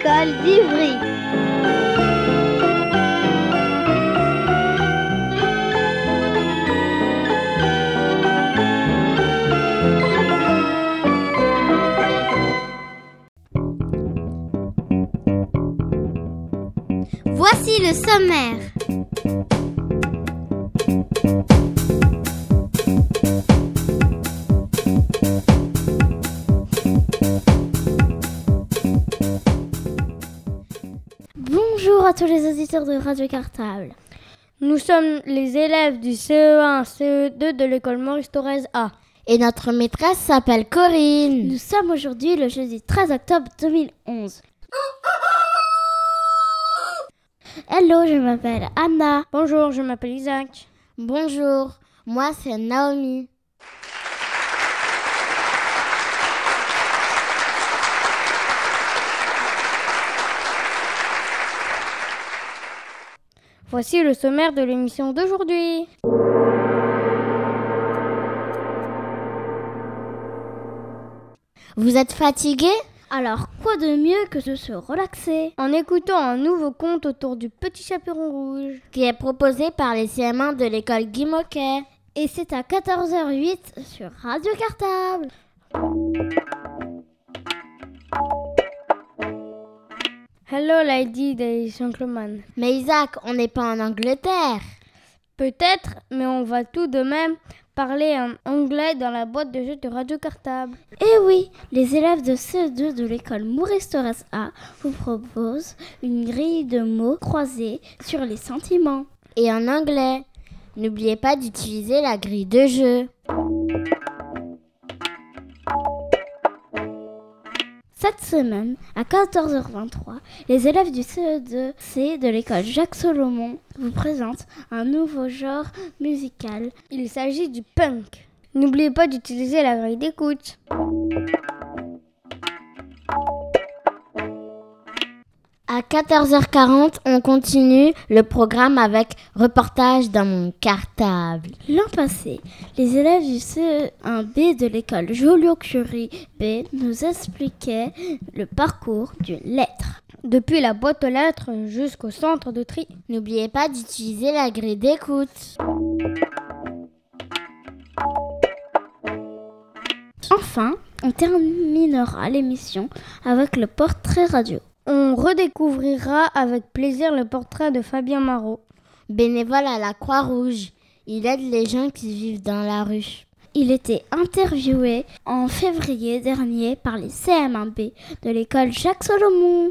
l'école d'Ivry. Voici le sommaire. Bonjour à tous les auditeurs de Radio Cartable. Nous sommes les élèves du CE1, CE2 de l'école Maurice Thorez A. Et notre maîtresse s'appelle Corinne. Nous sommes aujourd'hui le jeudi 13 octobre 2011. Hello, je m'appelle Anna. Bonjour, je m'appelle Isaac. Bonjour, moi c'est Naomi. Voici le sommaire de l'émission d'aujourd'hui. Vous êtes fatigués ? Alors, quoi de mieux que de se relaxer en écoutant un nouveau conte autour du petit chaperon rouge qui est proposé par les CM1 de l'école Guy Moquet. Et c'est à 14h08 sur Radio Cartable. Hello lady des gentlemen. Mais Isaac, on n'est pas en Angleterre. Peut-être, mais on va tout de même parler en anglais dans la boîte de jeux de Radio Cartable. Eh oui, les élèves de CE2 de l'école Maurice Thorez A vous proposent une grille de mots croisés sur les sentiments. Et en anglais, n'oubliez pas d'utiliser la grille de jeu. Cette semaine, à 14h23, les élèves du CE2C de l'école Jacques Solomon vous présentent un nouveau genre musical. Il s'agit du punk. N'oubliez pas d'utiliser la grille d'écoute. À 14h40, on continue le programme avec reportage dans mon cartable. L'an passé, les élèves du CE1B de l'école Joliot-Curie B nous expliquaient le parcours d'une lettre. Depuis la boîte aux lettres jusqu'au centre de tri. N'oubliez pas d'utiliser la grille d'écoute. Enfin, on terminera l'émission avec le portrait radio. On redécouvrira avec plaisir le portrait de Fabien Marot. Bénévole à la Croix-Rouge, il aide les gens qui vivent dans la rue. Il était interviewé en février dernier par les CM1B de l'école Jacques Solomon.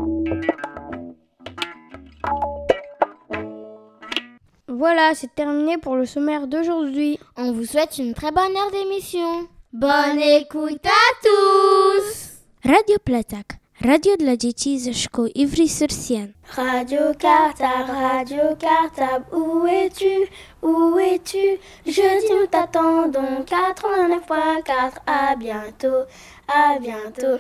Voilà, c'est terminé pour le sommaire d'aujourd'hui. On vous souhaite une très bonne heure d'émission. Bonne écoute à tous! Radio Platak, radio dla dzieci ze szkół Ivry-sur-Seine. Radio Cartable, où es-tu? Où es-tu? Jeudi nous t'attendons, 89.4, à bientôt, à bientôt.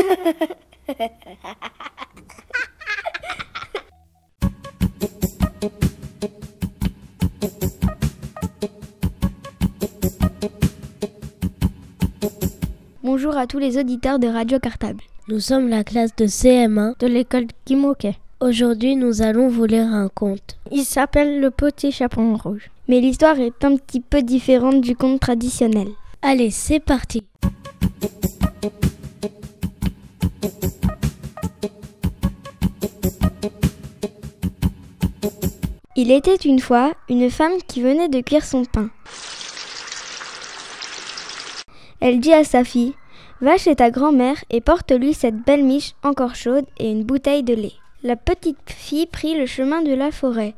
Bonjour à tous les auditeurs de Radio Cartable. Nous sommes la classe de CM1 de l'école Guy Moquet. Aujourd'hui, nous allons vous lire un conte. Il s'appelle Le Petit Chaperon Rouge. Mais l'histoire est un petit peu différente du conte traditionnel. Allez, c'est parti. Il était une fois une femme qui venait de cuire son pain. Elle dit à sa fille: « Va chez ta grand-mère et porte-lui cette belle miche encore chaude et une bouteille de lait. » La petite fille prit le chemin de la forêt.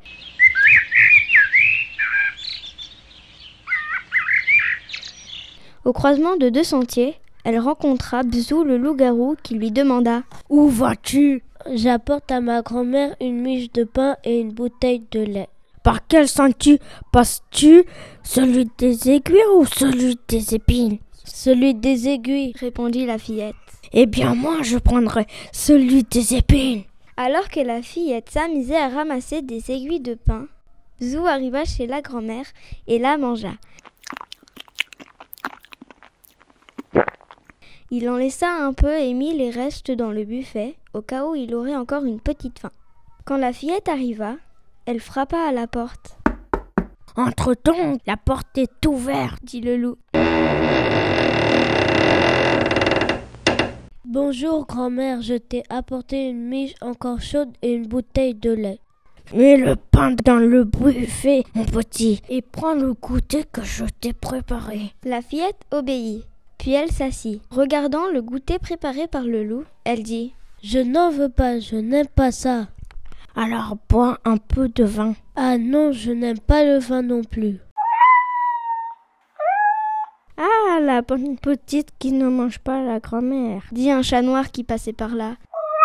Au croisement de deux sentiers, elle rencontra Bzou le loup-garou qui lui demanda: « Où vas-tu ?»« J'apporte à ma grand-mère une miche de pain et une bouteille de lait. » « Par quel sentier passes-tu? Celui des aiguilles ou celui des épines ?»« Celui des aiguilles, » répondit la fillette. « Eh bien moi je prendrai celui des épines. » Alors que la fillette s'amusait à ramasser des aiguilles de pain, Bzou arriva chez la grand-mère et la mangea. Il en laissa un peu et mit les restes dans le buffet au cas où il aurait encore une petite faim. Quand la fillette arriva, elle frappa à la porte. « Entre donc, la porte est ouverte !» dit le loup. « Bonjour grand-mère, je t'ai apporté une miche encore chaude et une bouteille de lait. » « Mets le pain dans le buffet, mon petit, et prends le goûter que je t'ai préparé. » La fillette obéit, puis elle s'assit. Regardant le goûter préparé par le loup, elle dit « Je n'en veux pas, je n'aime pas ça. »« Alors bois un peu de vin. »« Ah non, je n'aime pas le vin non plus. »« Ah, la bonne petite qui ne mange pas la grand-mère, » dit un chat noir qui passait par là.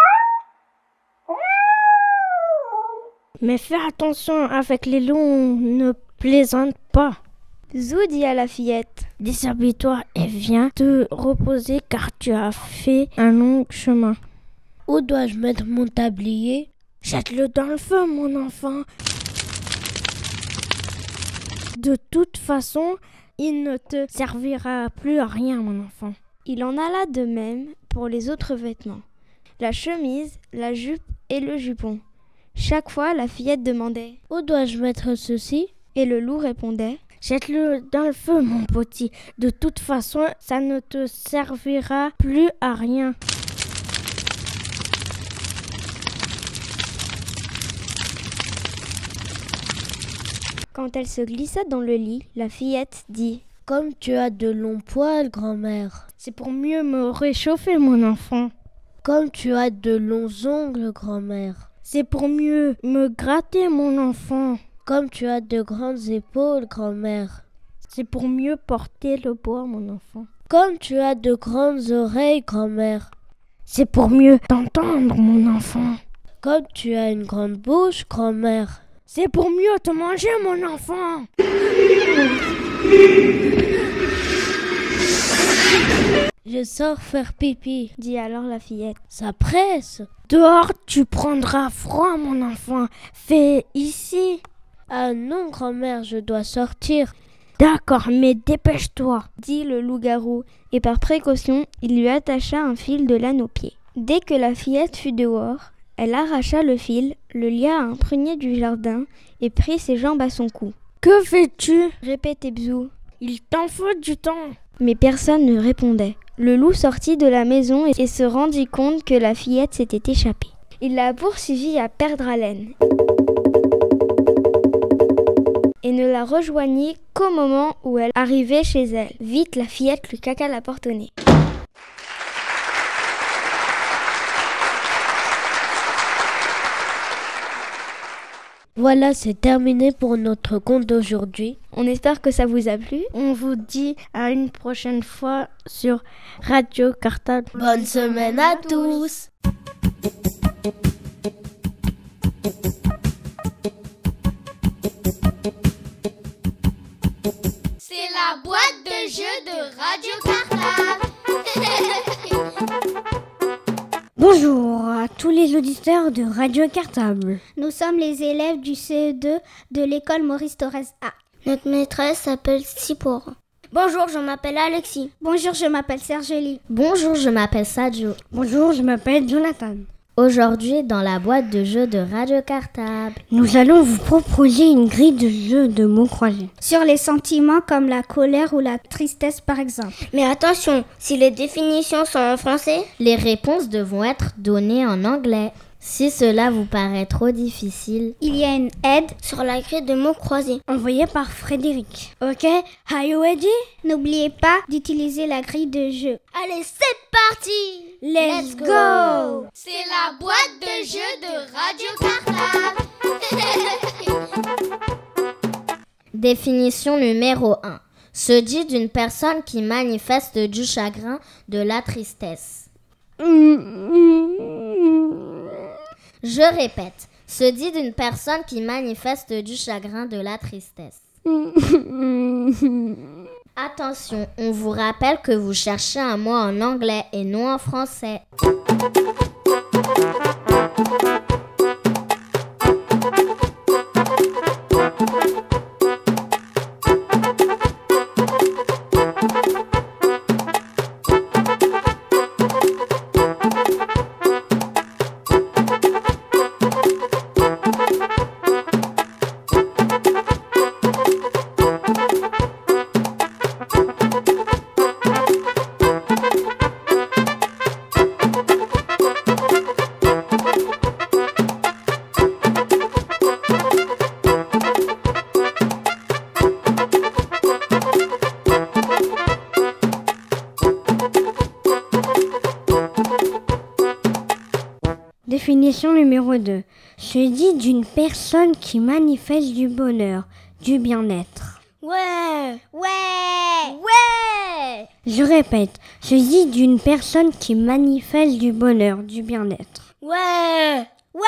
Mais fais attention, avec les loups, on ne plaisante pas. Zou dit à la fillette. Déshabille-toi et viens te reposer car tu as fait un long chemin. Où dois-je mettre mon tablier ? Jette-le dans le feu, mon enfant. De toute façon, il ne te servira plus à rien, mon enfant. Il en alla de même pour les autres vêtements. La chemise, la jupe et le jupon. Chaque fois, la fillette demandait « Où dois-je mettre ceci ?» Et le loup répondait « Jette-le dans le feu, mon petit. De toute façon, ça ne te servira plus à rien. » Quand elle se glissa dans le lit, la fillette dit « Comme tu as de longs poils, grand-mère. »« C'est pour mieux me réchauffer, mon enfant. »« Comme tu as de longs ongles, grand-mère. »« C'est pour mieux me gratter, mon enfant. »« Comme tu as de grandes épaules, grand-mère. »« C'est pour mieux porter le bois, mon enfant. »« Comme tu as de grandes oreilles, grand-mère. »« C'est pour mieux t'entendre, mon enfant. »« Comme tu as une grande bouche, grand-mère. »« C'est pour mieux te manger, mon enfant. » Je sors faire pipi, dit alors la fillette. Ça presse. Dehors, tu prendras froid, mon enfant. Fais ici. Ah non, grand-mère, je dois sortir. D'accord, mais dépêche-toi, dit le loup-garou, et par précaution, il lui attacha un fil de laine au pied. Dès que la fillette fut dehors, elle arracha le fil, le lia à un prunier du jardin et prit ses jambes à son cou. « Que fais-tu » répétait Bzou. « Il t'en faut du temps. » Mais personne ne répondait. Le loup sortit de la maison et se rendit compte que la fillette s'était échappée. Il la poursuivit à perdre haleine et ne la rejoignit qu'au moment où elle arrivait chez elle. Vite, la fillette lui claqua la porte au nez. Voilà, c'est terminé pour notre conte d'aujourd'hui. On espère que ça vous a plu. On vous dit à une prochaine fois sur Radio Cartable. Bonne semaine à tous. C'est la boîte de jeux de Radio Cartable. Bonjour à tous les auditeurs de Radio Cartable. Nous sommes les élèves du CE2 de l'école Maurice Thorez A. Notre maîtresse s'appelle Tsipora. Bonjour, je m'appelle Alexis. Bonjour, je m'appelle Sergélie. Bonjour, je m'appelle Sadio. Bonjour, je m'appelle Jonathan. Aujourd'hui, dans la boîte de jeux de Radio Cartable, nous allons vous proposer une grille de jeux de mots croisés. Sur les sentiments comme la colère ou la tristesse par exemple. Mais attention, si les définitions sont en français, les réponses devront être données en anglais. Si cela vous paraît trop difficile, il y a une aide sur la grille de mots croisés envoyée par Frédéric. Ok, are you ready? N'oubliez pas d'utiliser la grille de jeu. Allez, c'est parti! Let's go! C'est la boîte de jeux de Radio Cartable. Définition numéro 1. Se dit d'une personne qui manifeste du chagrin, de la tristesse. Je répète, se dit d'une personne qui manifeste du chagrin, de la tristesse. Attention, on vous rappelle que vous cherchez un mot en anglais et non en français. Définition numéro 2. Se dit d'une personne qui manifeste du bonheur, du bien-être. Ouais. Je répète, se dit d'une personne qui manifeste du bonheur, du bien-être. Ouais.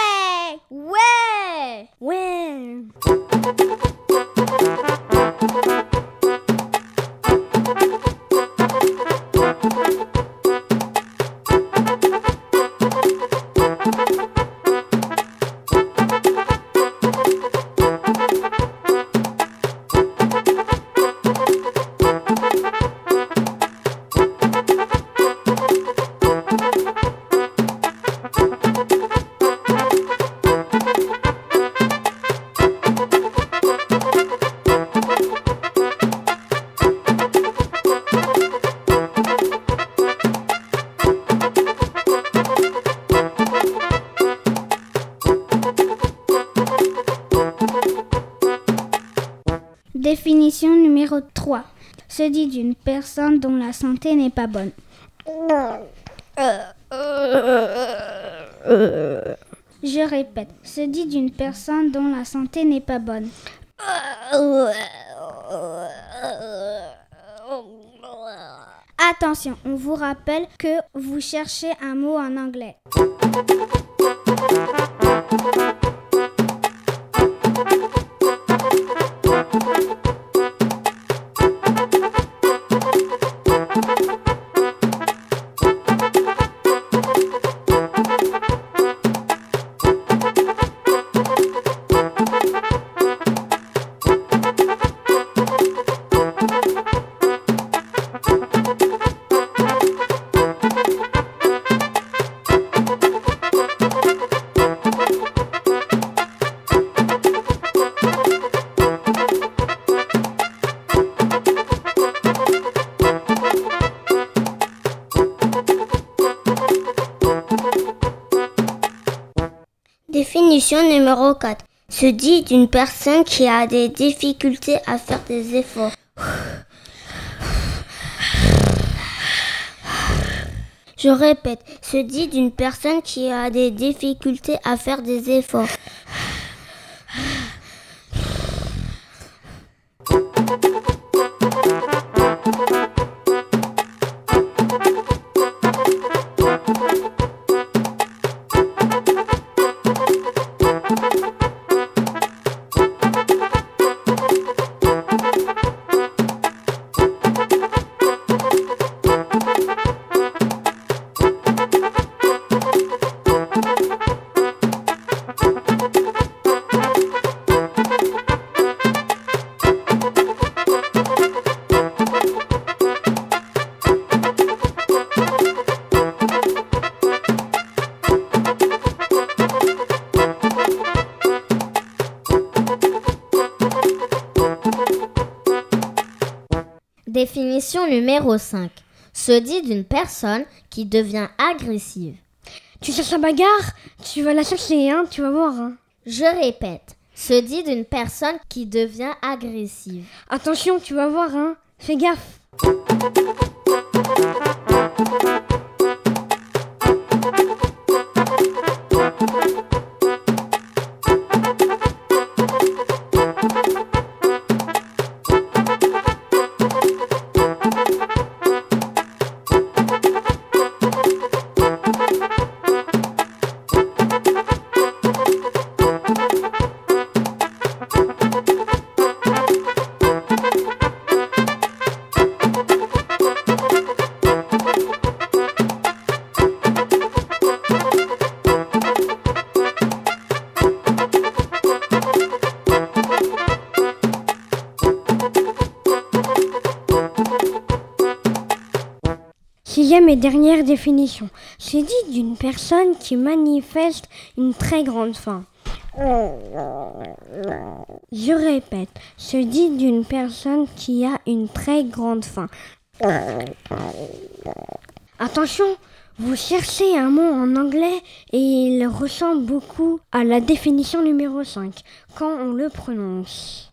Définition numéro 3. Se dit d'une personne dont la santé n'est pas bonne. Je répète, se dit d'une personne dont la santé n'est pas bonne. Attention, on vous rappelle que vous cherchez un mot en anglais. Définition numéro 4. Se dit d'une personne qui a des difficultés à faire des efforts. Je répète, se dit d'une personne qui a des difficultés à faire des efforts. Définition numéro 5. Se dit d'une personne qui devient agressive. Tu cherches la bagarre? Tu vas la chercher, hein? Tu vas voir, hein? Je répète, se dit d'une personne qui devient agressive. Attention, tu vas voir, hein? Fais gaffe. Sixième et dernière définition. C'est dit d'une personne qui manifeste une très grande faim. Je répète, se dit d'une personne qui a une très grande faim. Attention, vous cherchez un mot en anglais et il ressemble beaucoup à la définition numéro 5 quand on le prononce.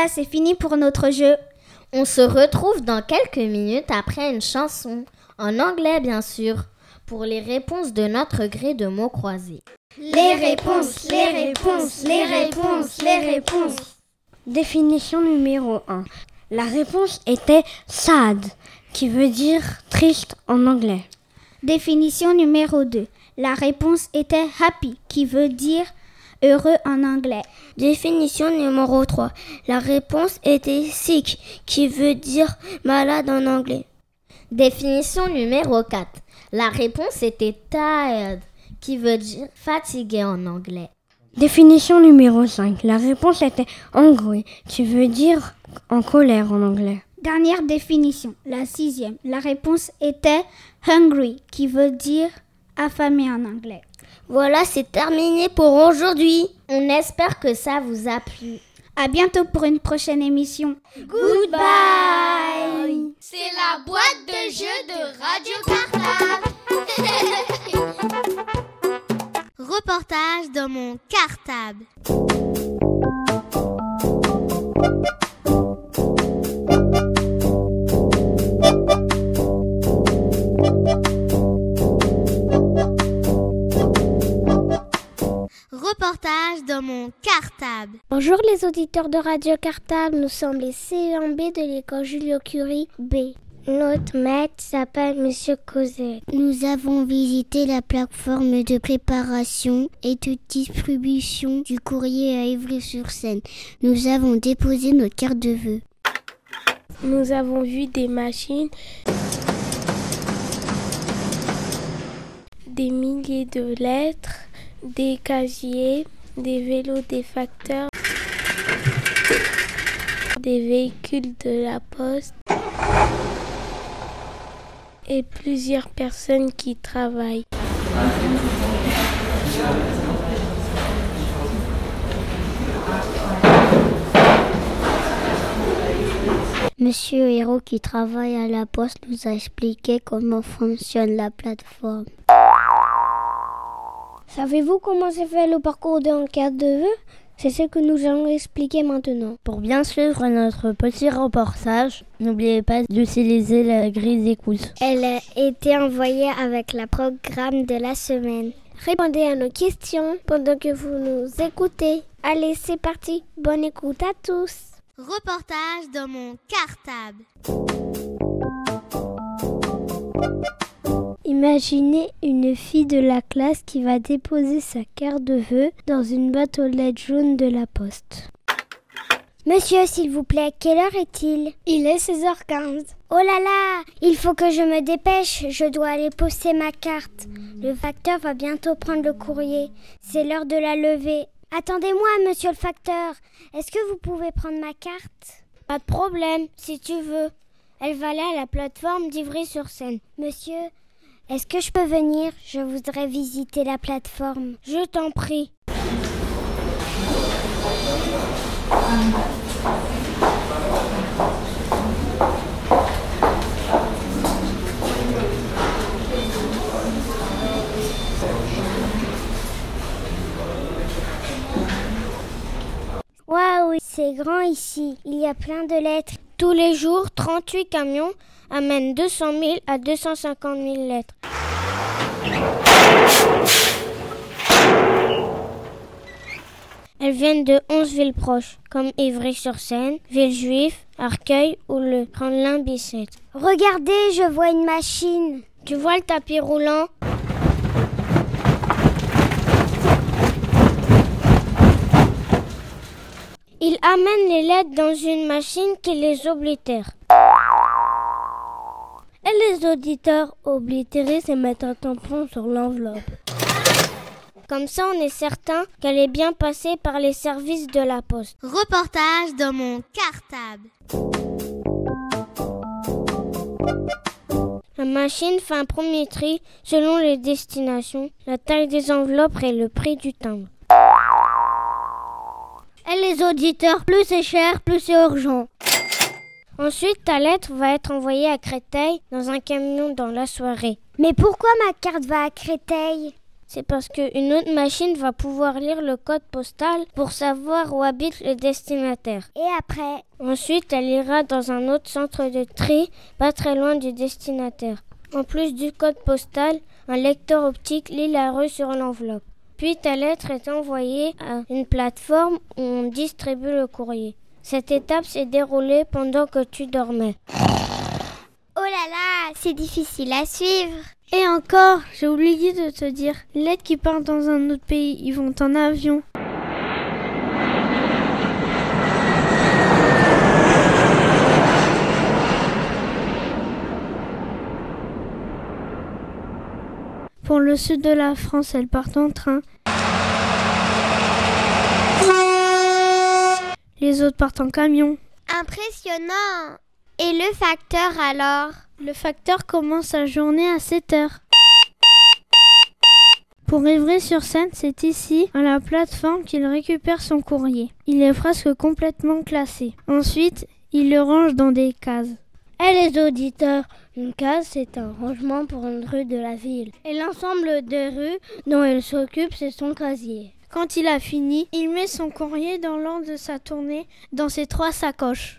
Voilà, c'est fini pour notre jeu. On se retrouve dans quelques minutes après une chanson, en anglais bien sûr, pour les réponses de notre gré de mots croisés. Les réponses, les réponses, les réponses, les réponses. Définition numéro 1. La réponse était sad, qui veut dire triste en anglais. Définition numéro 2. La réponse était happy, qui veut dire heureux en anglais. Définition numéro 3. La réponse était sick, qui veut dire malade en anglais. Définition numéro 4. La réponse était tired, qui veut dire fatigué en anglais. Définition numéro 5. La réponse était angry, qui veut dire en colère en anglais. Dernière définition, la 6e. La réponse était hungry, qui veut dire affamé en anglais. Voilà, c'est terminé pour aujourd'hui. On espère que ça vous a plu. À bientôt pour une prochaine émission. Goodbye. C'est la boîte de jeux de Radio Cartable. Reportage dans mon cartable. Reportage dans mon cartable. Bonjour les auditeurs de Radio Cartable, nous sommes les C1B de l'école Julio-Curie B. Notre maître s'appelle Monsieur Cosette. Nous avons visité la plateforme de préparation et de distribution du courrier à Ivry-sur-Seine. Nous avons déposé notre carte de vœux. Nous avons vu des machines, des milliers de lettres, des casiers, des vélos, des facteurs, des véhicules de la poste et plusieurs personnes qui travaillent. Monsieur Hérault qui travaille à la poste nous a expliqué comment fonctionne la plateforme. Savez-vous comment s'est fait le parcours de l'enquête de vœux ? C'est ce que nous allons expliquer maintenant. Pour bien suivre notre petit reportage, n'oubliez pas d'utiliser la grille d'écoute. Elle a été envoyée avec le programme de la semaine. Répondez à nos questions pendant que vous nous écoutez. Allez, c'est parti. Bonne écoute à tous. Reportage dans mon cartable. Imaginez une fille de la classe qui va déposer sa carte de vœux dans une boîte aux lettres jaunes de la poste. Monsieur, s'il vous plaît, quelle heure est-il ? Il est 16h15. Oh là là, il faut que je me dépêche, je dois aller poster ma carte. Le facteur va bientôt prendre le courrier. C'est l'heure de la levée. Attendez-moi, monsieur le facteur. Est-ce que vous pouvez prendre ma carte ? Pas de problème, si tu veux. Elle va aller à la plateforme d'Ivry-sur-Seine. Monsieur, est-ce que je peux venir ? Je voudrais visiter la plateforme. Je t'en prie. Waouh, c'est grand ici. Il y a plein de lettres. Tous les jours, 38 camions amènent 200 000 à 250 000 lettres. Elles viennent de 11 villes proches, comme Ivry-sur-Seine, Villejuif, Arcueil ou le Tremblin-Bicêtre. Regardez, je vois une machine. Tu vois le tapis roulant ? Il amène les lettres dans une machine qui les oblitère. Et les auditeurs oblitérés se mettent un tampon sur l'enveloppe. Comme ça, on est certain qu'elle est bien passée par les services de la poste. Reportage dans mon cartable. La machine fait un premier tri selon les destinations, la taille des enveloppes et le prix du timbre. Et les auditeurs, plus c'est cher, plus c'est urgent. Ensuite, ta lettre va être envoyée à Créteil dans un camion dans la soirée. Mais pourquoi ma carte va à Créteil ? C'est parce qu'une autre machine va pouvoir lire le code postal pour savoir où habite le destinataire. Et après? Ensuite, elle ira dans un autre centre de tri, pas très loin du destinataire. En plus du code postal, un lecteur optique lit la rue sur l'enveloppe. Puis ta lettre est envoyée à une plateforme où on distribue le courrier. Cette étape s'est déroulée pendant que tu dormais. Oh là là, c'est difficile à suivre. Et encore, j'ai oublié de te dire, les lettres qui partent dans un autre pays, ils vont en avion. Pour le sud de la France, elles partent en train. Les autres partent en camion. Impressionnant. Et le facteur alors? Le facteur commence sa journée à 7h. Pour Ivry-sur-Seine, c'est ici, à la plateforme, qu'il récupère son courrier. Il est presque complètement classé. Ensuite, il le range dans des cases. Les auditeurs, une case, c'est un rangement pour une rue de la ville. Et l'ensemble des rues dont il s'occupe, c'est son casier. Quand il a fini, il met son courrier dans l'ordre de sa tournée dans ses 3 sacoches.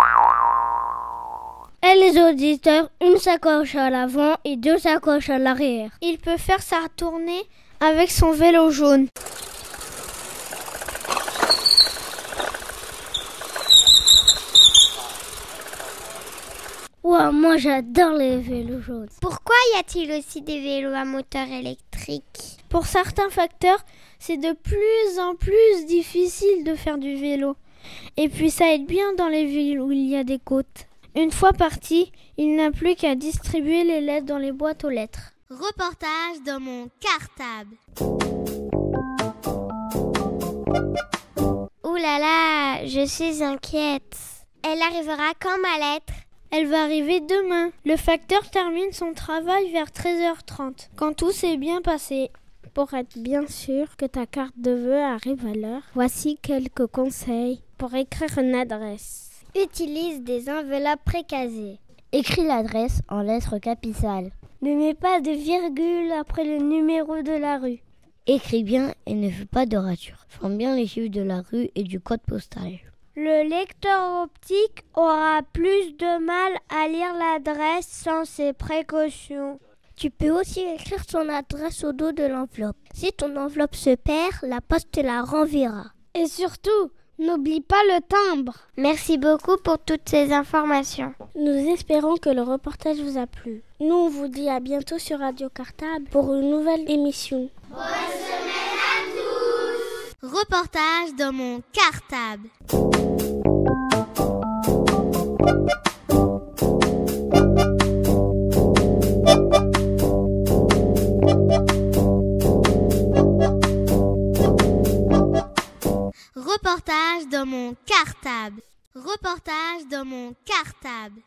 Les auditeurs, une sacoche à l'avant et 2 sacoches à l'arrière. Il peut faire sa tournée avec son vélo jaune. Wow, moi j'adore les vélos jaunes. Pourquoi y a-t-il aussi des vélos à moteur électrique? Pour certains facteurs, c'est de plus en plus difficile de faire du vélo. Et puis ça aide bien dans les villes où il y a des côtes. Une fois parti, il n'a plus qu'à distribuer les lettres dans les boîtes aux lettres. Reportage dans mon cartable. Ouh là là, je suis inquiète. Elle arrivera quand ma lettre? Elle va arriver demain. Le facteur termine son travail vers 13h30, quand tout s'est bien passé. Pour être bien sûr que ta carte de vœux arrive à l'heure, voici quelques conseils pour écrire une adresse. Utilise des enveloppes précasées. Écris l'adresse en lettres capitales. Ne mets pas de virgule après le numéro de la rue. Écris bien et ne fais pas de rature. Forme bien les chiffres de la rue et du code postal. Le lecteur optique aura plus de mal à lire l'adresse sans ces précautions. Tu peux aussi écrire ton adresse au dos de l'enveloppe. Si ton enveloppe se perd, la poste te la renverra. Et surtout, n'oublie pas le timbre. Merci beaucoup pour toutes ces informations. Nous espérons que le reportage vous a plu. Nous, on vous dit à bientôt sur Radio Cartable pour une nouvelle émission. Bonne semaine à tous. Reportage dans mon cartable. Reportage dans mon cartable. Reportage dans mon cartable.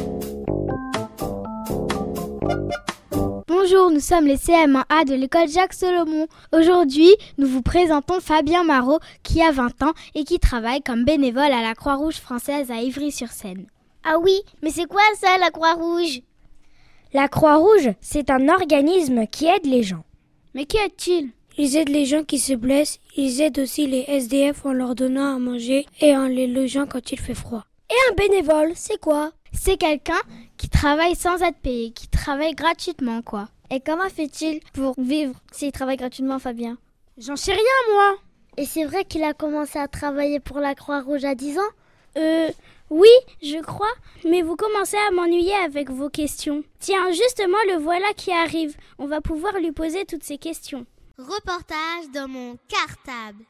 Bonjour, nous sommes les CM1A de l'école Jacques Solomon. Aujourd'hui, nous vous présentons Fabien Marot qui a 20 ans et qui travaille comme bénévole à la Croix-Rouge française à Ivry-sur-Seine. Ah oui, mais c'est quoi ça, la Croix-Rouge? La Croix-Rouge, c'est un organisme qui aide les gens. Mais qui aide-t-il? Ils aident les gens qui se blessent, ils aident aussi les SDF en leur donnant à manger et en les logeant quand il fait froid. Et un bénévole, c'est quoi? C'est quelqu'un qui travaille sans être payé, qui travaille gratuitement, quoi. Et comment fait-il pour vivre s'il travaille gratuitement, Fabien? J'en sais rien, moi. Et c'est vrai qu'il a commencé à travailler pour la Croix-Rouge à 10 ans? Oui, je crois, mais vous commencez à m'ennuyer avec vos questions. Tiens, justement, le voilà qui arrive. On va pouvoir lui poser toutes ces questions. Reportage dans mon cartable.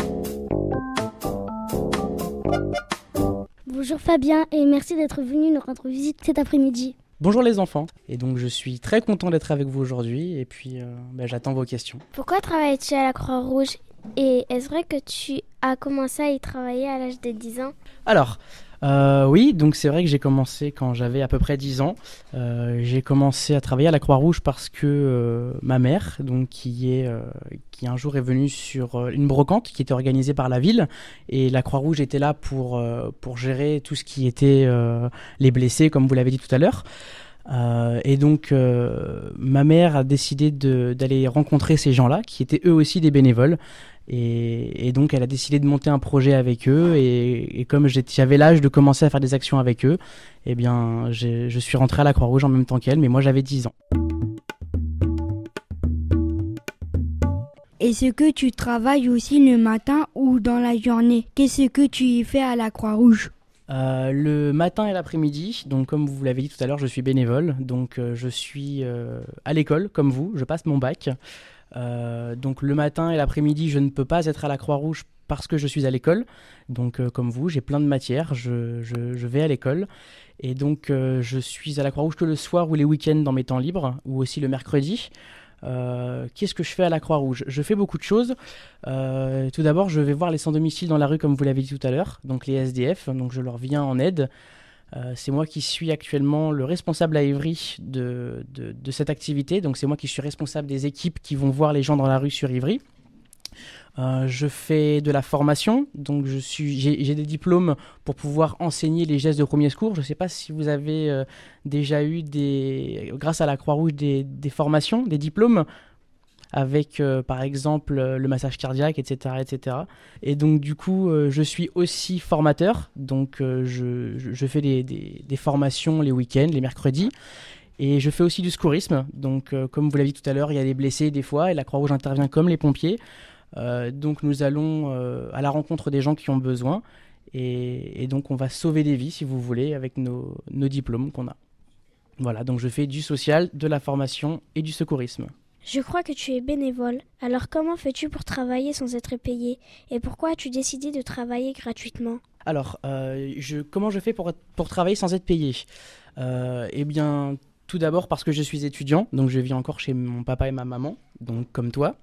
Bonjour Fabien et merci d'être venu nous rendre visite cet après-midi. Bonjour les enfants, et donc je suis très content d'être avec vous aujourd'hui et puis j'attends vos questions. Pourquoi travailles-tu à la Croix-Rouge? Et est-ce vrai que tu as commencé à y travailler à l'âge de 10 ans? Alors, oui, donc c'est vrai que j'ai commencé quand j'avais à peu près 10 ans. J'ai commencé à travailler à la Croix-Rouge parce que ma mère, donc qui un jour est venue sur une brocante qui était organisée par la ville, et la Croix-Rouge était là pour gérer tout ce qui était les blessés, comme vous l'avez dit tout à l'heure. Et donc, ma mère a décidé d'aller rencontrer ces gens-là, qui étaient eux aussi des bénévoles. Et donc, elle a décidé de monter un projet avec eux. Et comme j'avais l'âge de commencer à faire des actions avec eux, eh bien, je suis rentré à la Croix-Rouge en même temps qu'elle, mais moi, j'avais 10 ans. Est-ce que tu travailles aussi le matin ou dans la journée? Qu'est-ce que tu y fais à la Croix-Rouge? Le matin et l'après-midi, donc comme vous l'avez dit tout à l'heure, je suis bénévole, donc je suis à l'école comme vous, je passe mon bac. Donc le matin et l'après-midi, je ne peux pas être à la Croix-Rouge parce que je suis à l'école. Donc comme vous, j'ai plein de matières, je vais à l'école. Et donc je suis à la Croix-Rouge que le soir ou les week-ends dans mes temps libres, ou aussi le mercredi. Qu'est-ce que je fais à la Croix-Rouge? Je fais beaucoup de choses. Tout d'abord, je vais voir les sans-domicile dans la rue, comme vous l'avez dit tout à l'heure, donc les SDF, donc je leur viens en aide. C'est moi qui suis actuellement le responsable à Ivry de cette activité, donc c'est moi qui suis responsable des équipes qui vont voir les gens dans la rue sur Ivry. Je fais de la formation, donc j'ai des diplômes pour pouvoir enseigner les gestes de premier secours. Je ne sais pas si vous avez déjà eu grâce à la Croix-Rouge des formations, des diplômes avec par exemple le massage cardiaque, etc., etc. Et donc du coup, je suis aussi formateur, donc je fais des formations les week-ends, les mercredis. Et je fais aussi du secourisme, donc comme vous l'avez dit tout à l'heure, il y a des blessés des fois, et la Croix-Rouge intervient comme les pompiers. Donc nous allons à la rencontre des gens qui ont besoin et donc on va sauver des vies si vous voulez avec nos diplômes qu'on a. Voilà, donc je fais du social, de la formation et du secourisme. Je crois que tu es bénévole, alors comment fais-tu pour travailler sans être payé? Et pourquoi as-tu décidé de travailler gratuitement? Alors, comment je fais pour travailler sans être payé? Eh bien, tout d'abord parce que je suis étudiant, donc je vis encore chez mon papa et ma maman, donc comme toi.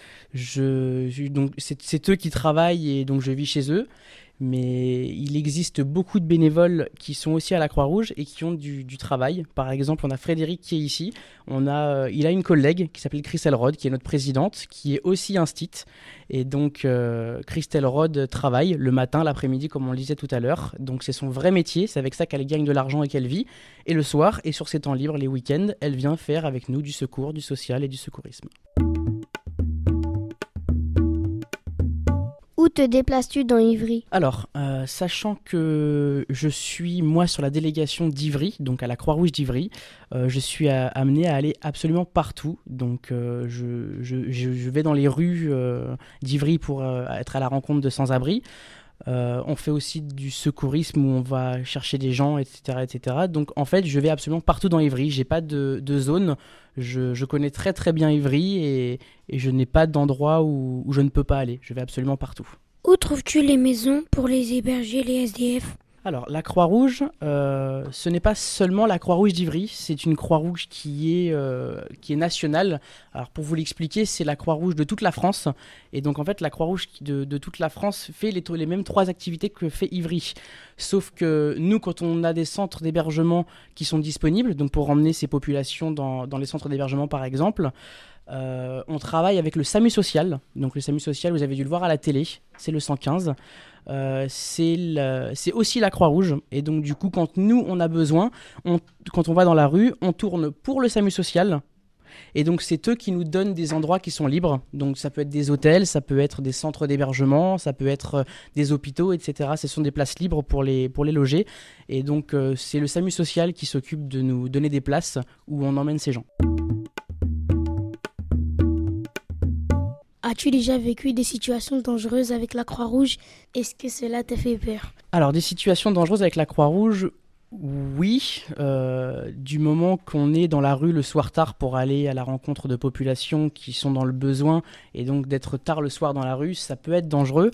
Donc c'est eux qui travaillent et donc je vis chez eux, mais il existe beaucoup de bénévoles qui sont aussi à la Croix-Rouge et qui ont du travail. Par exemple, on a Frédéric qui est ici, il a une collègue qui s'appelle Christelle Rod, qui est notre présidente, qui est aussi instite, et donc Christelle Rod travaille le matin, l'après-midi comme on le disait tout à l'heure, donc c'est son vrai métier, c'est avec ça qu'elle gagne de l'argent et qu'elle vit, et le soir et sur ses temps libres, les week-ends, elle vient faire avec nous du secours, du social et du secourisme. Où te déplaces-tu dans Ivry? Alors, sachant que je suis moi sur la délégation d'Ivry, donc à la Croix-Rouge d'Ivry, je suis amené à aller absolument partout. Donc je vais dans les rues d'Ivry pour être à la rencontre de sans-abri. On fait aussi du secourisme où on va chercher des gens, etc., etc. Donc en fait, je vais absolument partout dans Ivry. J'ai pas de zone. Je connais très très bien Ivry et je n'ai pas d'endroit où je ne peux pas aller. Je vais absolument partout. Où trouves-tu les maisons pour les héberger, les SDF? Alors, la Croix-Rouge, ce n'est pas seulement la Croix-Rouge d'Ivry, c'est une Croix-Rouge qui est nationale. Alors, pour vous l'expliquer, c'est la Croix-Rouge de toute la France. Et donc, en fait, la Croix-Rouge de toute la France fait les mêmes 3 activités que fait Ivry. Sauf que nous, quand on a des centres d'hébergement qui sont disponibles, donc pour emmener ces populations dans les centres d'hébergement, par exemple, on travaille avec le SAMU social. Donc, le SAMU social, vous avez dû le voir à la télé, c'est le 115. C'est aussi la Croix-Rouge et donc du coup quand nous on a besoin, quand on va dans la rue, on tourne pour le SAMU social et donc c'est eux qui nous donnent des endroits qui sont libres, donc ça peut être des hôtels, ça peut être des centres d'hébergement, ça peut être des hôpitaux, etc. Ce sont des places libres pour les loger et donc c'est le SAMU social qui s'occupe de nous donner des places où on emmène ces gens. As-tu déjà vécu des situations dangereuses avec la Croix-Rouge? Est-ce que cela t'a fait peur? Alors, des situations dangereuses avec la Croix-Rouge, oui. Du moment qu'on est dans la rue le soir tard pour aller à la rencontre de populations qui sont dans le besoin, et donc d'être tard le soir dans la rue, ça peut être dangereux.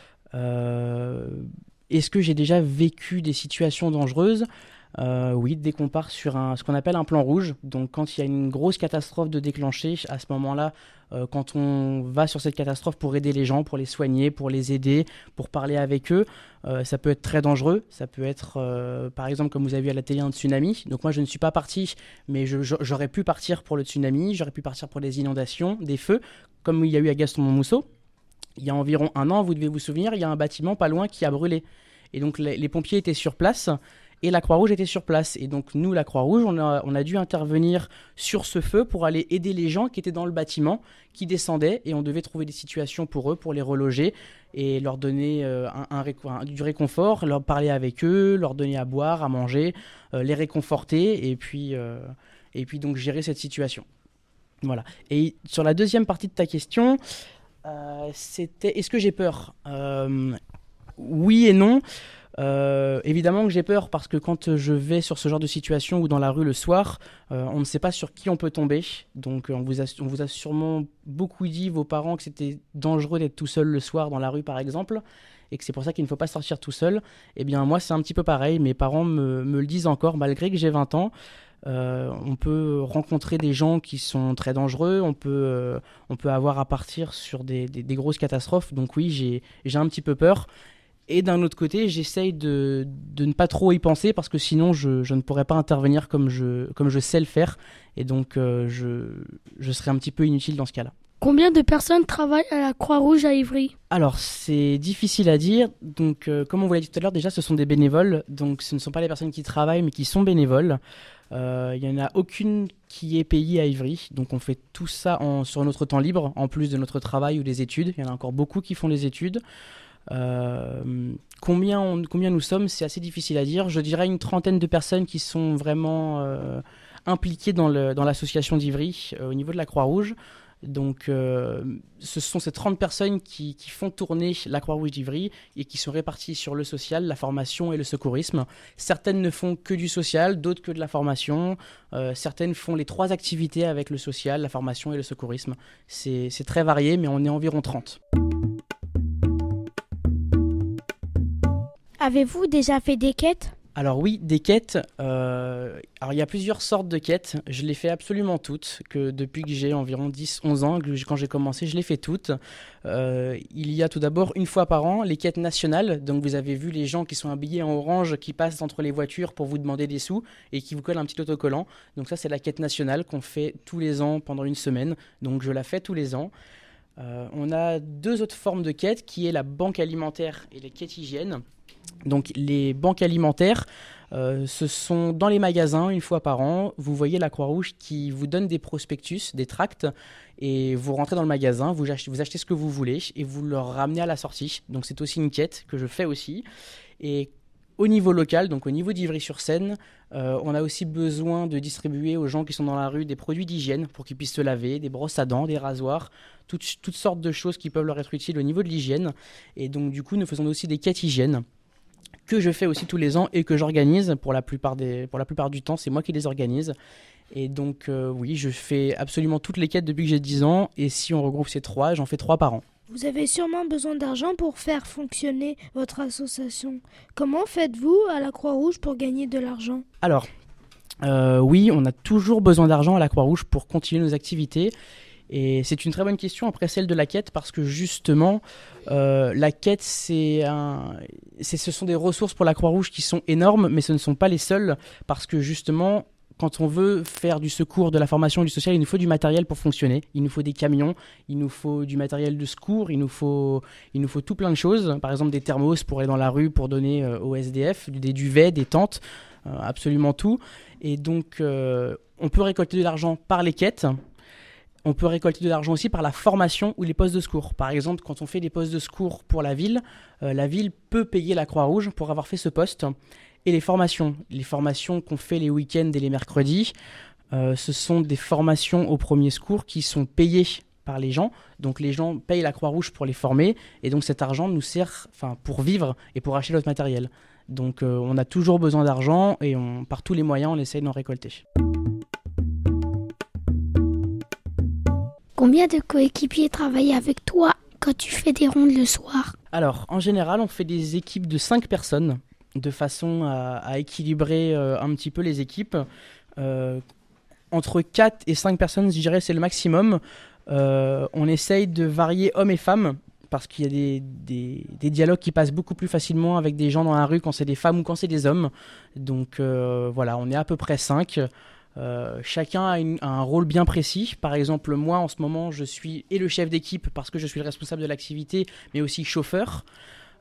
Est-ce que j'ai déjà vécu des situations dangereuses ? Oui, dès qu'on part sur ce qu'on appelle un plan rouge, donc quand il y a une grosse catastrophe de déclencher, à ce moment-là, quand on va sur cette catastrophe pour aider les gens, pour les soigner, pour les aider, pour parler avec eux, ça peut être très dangereux. Ça peut être, par exemple, comme vous avez vu à la télé, un tsunami. Donc moi, je ne suis pas parti, mais j'aurais pu partir pour le tsunami, j'aurais pu partir pour les inondations, des feux, comme il y a eu à Gaston-Montmousseau. Il y a environ 1 an, vous devez vous souvenir, il y a un bâtiment pas loin qui a brûlé. Et donc les pompiers étaient sur place. et la Croix-Rouge était sur place. Et donc nous, la Croix-Rouge, on a dû intervenir sur ce feu pour aller aider les gens qui étaient dans le bâtiment, qui descendaient, et on devait trouver des situations pour eux, pour les reloger et leur donner du réconfort, leur parler avec eux, leur donner à boire, à manger, les réconforter et puis donc gérer cette situation. Voilà. Et sur la deuxième partie de ta question, c'était est-ce que j'ai peur ? Oui et non. Évidemment que j'ai peur parce que quand je vais sur ce genre de situation ou dans la rue le soir, on ne sait pas sur qui on peut tomber. Donc on vous a sûrement beaucoup dit, vos parents, que c'était dangereux d'être tout seul le soir dans la rue par exemple, et que c'est pour ça qu'il ne faut pas sortir tout seul. Eh bien moi c'est un petit peu pareil, mes parents me le disent encore malgré que j'ai 20 ans. On peut rencontrer des gens qui sont très dangereux, on peut avoir à partir sur des grosses catastrophes. Donc oui, j'ai un petit peu peur. Et d'un autre côté, j'essaye de ne pas trop y penser parce que sinon je ne pourrais pas intervenir comme je sais le faire. Et donc je serais un petit peu inutile dans ce cas-là. Combien de personnes travaillent à la Croix-Rouge à Ivry ? Alors, c'est difficile à dire. Donc, comme on vous l'a dit tout à l'heure, déjà, ce sont des bénévoles. Donc, ce ne sont pas les personnes qui travaillent, mais qui sont bénévoles. Il n'y en a aucune qui est payée à Ivry. Donc, on fait tout ça sur notre temps libre, en plus de notre travail ou des études. Il y en a encore beaucoup qui font les études. Combien nous sommes, c'est assez difficile à dire. Je dirais une trentaine de personnes qui sont vraiment impliquées dans l'association d'Ivry au niveau de la Croix-Rouge. Donc, ce sont ces 30 personnes qui font tourner la Croix-Rouge d'Ivry et qui sont réparties sur le social, la formation et le secourisme. Certaines ne font que du social, d'autres que de la formation. Certaines font les 3 activités avec le social, la formation et le secourisme. C'est très varié, mais on est environ 30. Avez-vous déjà fait des quêtes ? Alors oui, des quêtes. Alors il y a plusieurs sortes de quêtes. Je les fais absolument toutes. Que depuis que j'ai environ 10-11 ans, quand j'ai commencé, je les fais toutes. Il y a tout d'abord une fois par an les quêtes nationales. Donc vous avez vu les gens qui sont habillés en orange, qui passent entre les voitures pour vous demander des sous et qui vous collent un petit autocollant. Donc ça c'est la quête nationale qu'on fait tous les ans pendant une semaine. Donc je la fais tous les ans. On a 2 autres formes de quêtes qui est la banque alimentaire et les quêtes hygiène. Donc les banques alimentaires, ce sont dans les magasins une fois par an. Vous voyez la Croix-Rouge qui vous donne des prospectus, des tracts, et vous rentrez dans le magasin, vous achetez ce que vous voulez et vous le ramenez à la sortie. Donc c'est aussi une quête que je fais aussi. Et au niveau local, donc au niveau d'Ivry-sur-Seine, on a aussi besoin de distribuer aux gens qui sont dans la rue des produits d'hygiène pour qu'ils puissent se laver, des brosses à dents, des rasoirs, toutes sortes de choses qui peuvent leur être utiles au niveau de l'hygiène. Et donc du coup, nous faisons aussi des quêtes hygiène que je fais aussi tous les ans et que j'organise pour la plupart du temps. C'est moi qui les organise. Et donc oui, je fais absolument toutes les quêtes depuis que j'ai 10 ans. Et si on regroupe ces 3, j'en fais 3 par an. Vous avez sûrement besoin d'argent pour faire fonctionner votre association. Comment faites-vous à la Croix-Rouge pour gagner de l'argent ? Alors, oui, on a toujours besoin d'argent à la Croix-Rouge pour continuer nos activités. Et c'est une très bonne question après celle de la quête parce que justement, la quête, ce sont des ressources pour la Croix-Rouge qui sont énormes, mais ce ne sont pas les seules parce que justement, quand on veut faire du secours, de la formation et du social, il nous faut du matériel pour fonctionner. Il nous faut des camions, il nous faut du matériel de secours, il nous faut tout plein de choses. Par exemple, des thermos pour aller dans la rue pour donner aux SDF, des duvets, des tentes, absolument tout. Et donc, on peut récolter de l'argent par les quêtes. On peut récolter de l'argent aussi par la formation ou les postes de secours. Par exemple, quand on fait des postes de secours pour la ville peut payer la Croix-Rouge pour avoir fait ce poste. Et les formations qu'on fait les week-ends et les mercredis, ce sont des formations au premier secours qui sont payées par les gens. Donc les gens payent la Croix-Rouge pour les former et donc cet argent nous sert pour vivre et pour acheter notre matériel. Donc on a toujours besoin d'argent et par tous les moyens on essaye d'en récolter. Combien de coéquipiers travaillent avec toi quand tu fais des rondes le soir ? Alors en général on fait des équipes de 5 personnes de façon à équilibrer un petit peu les équipes. Entre 4 et 5 personnes, je dirais, c'est le maximum. On essaye de varier hommes et femmes parce qu'il y a des dialogues qui passent beaucoup plus facilement avec des gens dans la rue quand c'est des femmes ou quand c'est des hommes. Donc voilà, on est à peu près 5. Chacun a un rôle bien précis. Par exemple, moi, en ce moment, je suis le chef d'équipe parce que je suis le responsable de l'activité, mais aussi chauffeur.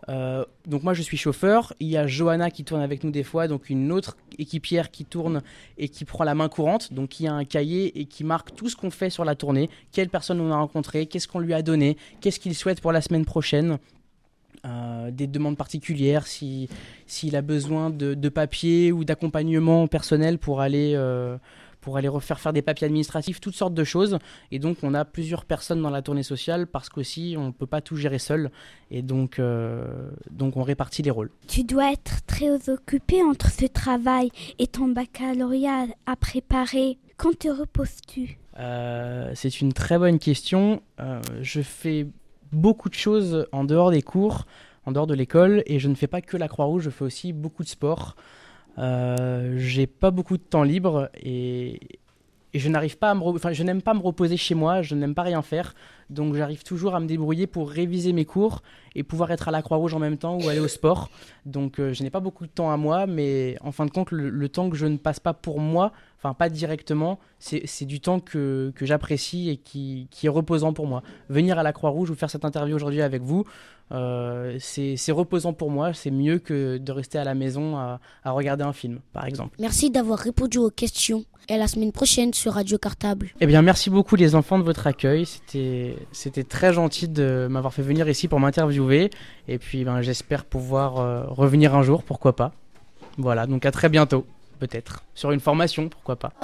Donc moi je suis chauffeur, il y a Johanna qui tourne avec nous des fois, donc une autre équipière qui tourne et qui prend la main courante, donc qui a un cahier et qui marque tout ce qu'on fait sur la tournée, quelle personne on a rencontré, qu'est-ce qu'on lui a donné, qu'est-ce qu'il souhaite pour la semaine prochaine, des demandes particulières, s'il a besoin de papiers ou d'accompagnement personnel pour aller faire des papiers administratifs, toutes sortes de choses. Et donc, on a plusieurs personnes dans la tournée sociale parce qu'aussi, on ne peut pas tout gérer seul. Et donc on répartit les rôles. Tu dois être très occupé entre ce travail et ton baccalauréat à préparer. Quand te reposes-tu ? C'est une très bonne question. Je fais beaucoup de choses en dehors des cours, en dehors de l'école. Et je ne fais pas que la Croix-Rouge, je fais aussi beaucoup de sport. J'ai pas beaucoup de temps libre et je n'arrive pas je n'aime pas me reposer chez moi, je n'aime pas rien faire, donc j'arrive toujours à me débrouiller pour réviser mes cours et pouvoir être à la Croix-Rouge en même temps ou aller au sport. Donc je n'ai pas beaucoup de temps à moi, mais en fin de compte le temps que je ne passe pas pour moi, enfin pas directement, c'est du temps que j'apprécie et qui est reposant pour moi. Venir à la Croix-Rouge ou faire cette interview aujourd'hui avec vous, c'est reposant pour moi, c'est mieux que de rester à la maison à regarder un film, par exemple. Merci d'avoir répondu aux questions. Et à la semaine prochaine sur Radio Cartable. Eh bien, merci beaucoup les enfants de votre accueil. C'était très gentil de m'avoir fait venir ici pour m'interviewer. Et puis, j'espère pouvoir revenir un jour, pourquoi pas. Voilà, donc à très bientôt, peut-être. Sur une formation, pourquoi pas.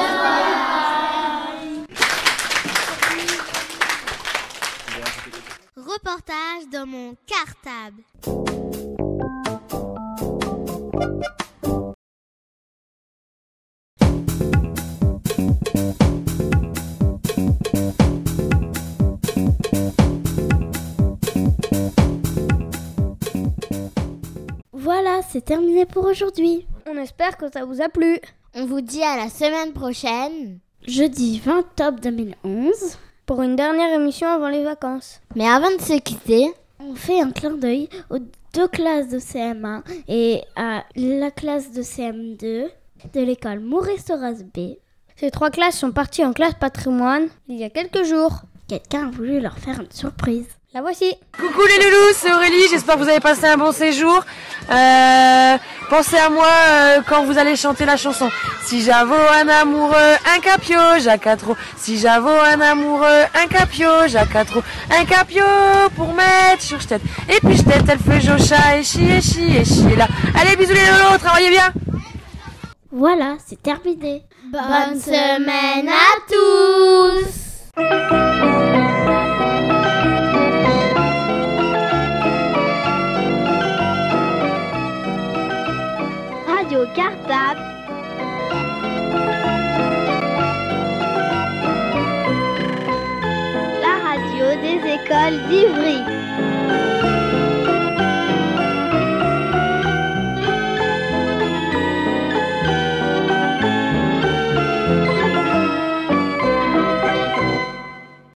Reportage dans mon cartable. Voilà, c'est terminé pour aujourd'hui. On espère que ça vous a plu. On vous dit à la semaine prochaine. Jeudi 20 octobre 2011. Pour une dernière émission avant les vacances. Mais avant de se quitter, on fait un clin d'œil aux 2 classes de CM1 et à la classe de CM2 de l'école Maurice-Horace B. Ces 3 classes sont parties en classe patrimoine il y a quelques jours. Quelqu'un a voulu leur faire une surprise. La voici. Coucou les loulous, c'est Aurélie, j'espère que vous avez passé un bon séjour. Pensez à moi quand vous allez chanter la chanson. Si j'avoue un amoureux, un capio, j'ai 4 roues. Si j'avoue un amoureux, un capio, j'ai 4 roues. Un capio pour mettre sur tête. Et puis tête, elle fait jocha et chi là. Allez bisous les loulous, travaillez bien. Voilà, c'est terminé. Bonne semaine à tous. Radio Cartable. La radio des écoles d'Ivry.